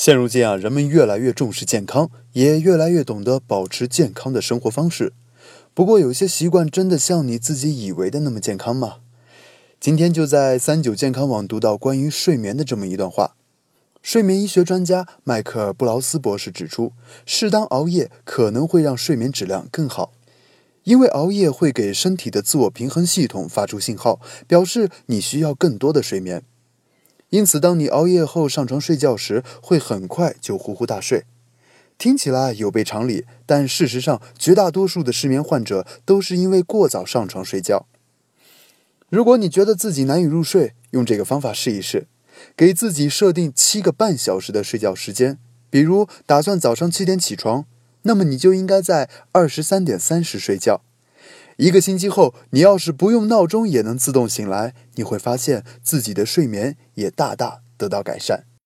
现如今人们越来越重视健康，也越来越懂得保持健康的生活方式。不过，有些习惯真的像你自己以为的那么健康吗？今天就在39健康网读到关于睡眠的这么一段话。睡眠医学专家迈克尔·布劳斯博士指出，适当熬夜可能会让睡眠质量更好，因为熬夜会给身体的自我平衡系统发出信号，表示你需要更多的睡眠。因此，当你熬夜后上床睡觉时，会很快就呼呼大睡。听起来有悖常理，但事实上，绝大多数的失眠患者都是因为过早上床睡觉。如果你觉得自己难以入睡，用这个方法试一试，给自己设定7个半小时的睡觉时间。比如打算早上7点起床，那么你就应该在23点30睡觉。1个星期后，你要是不用闹钟也能自动醒来，你会发现自己的睡眠也大大得到改善。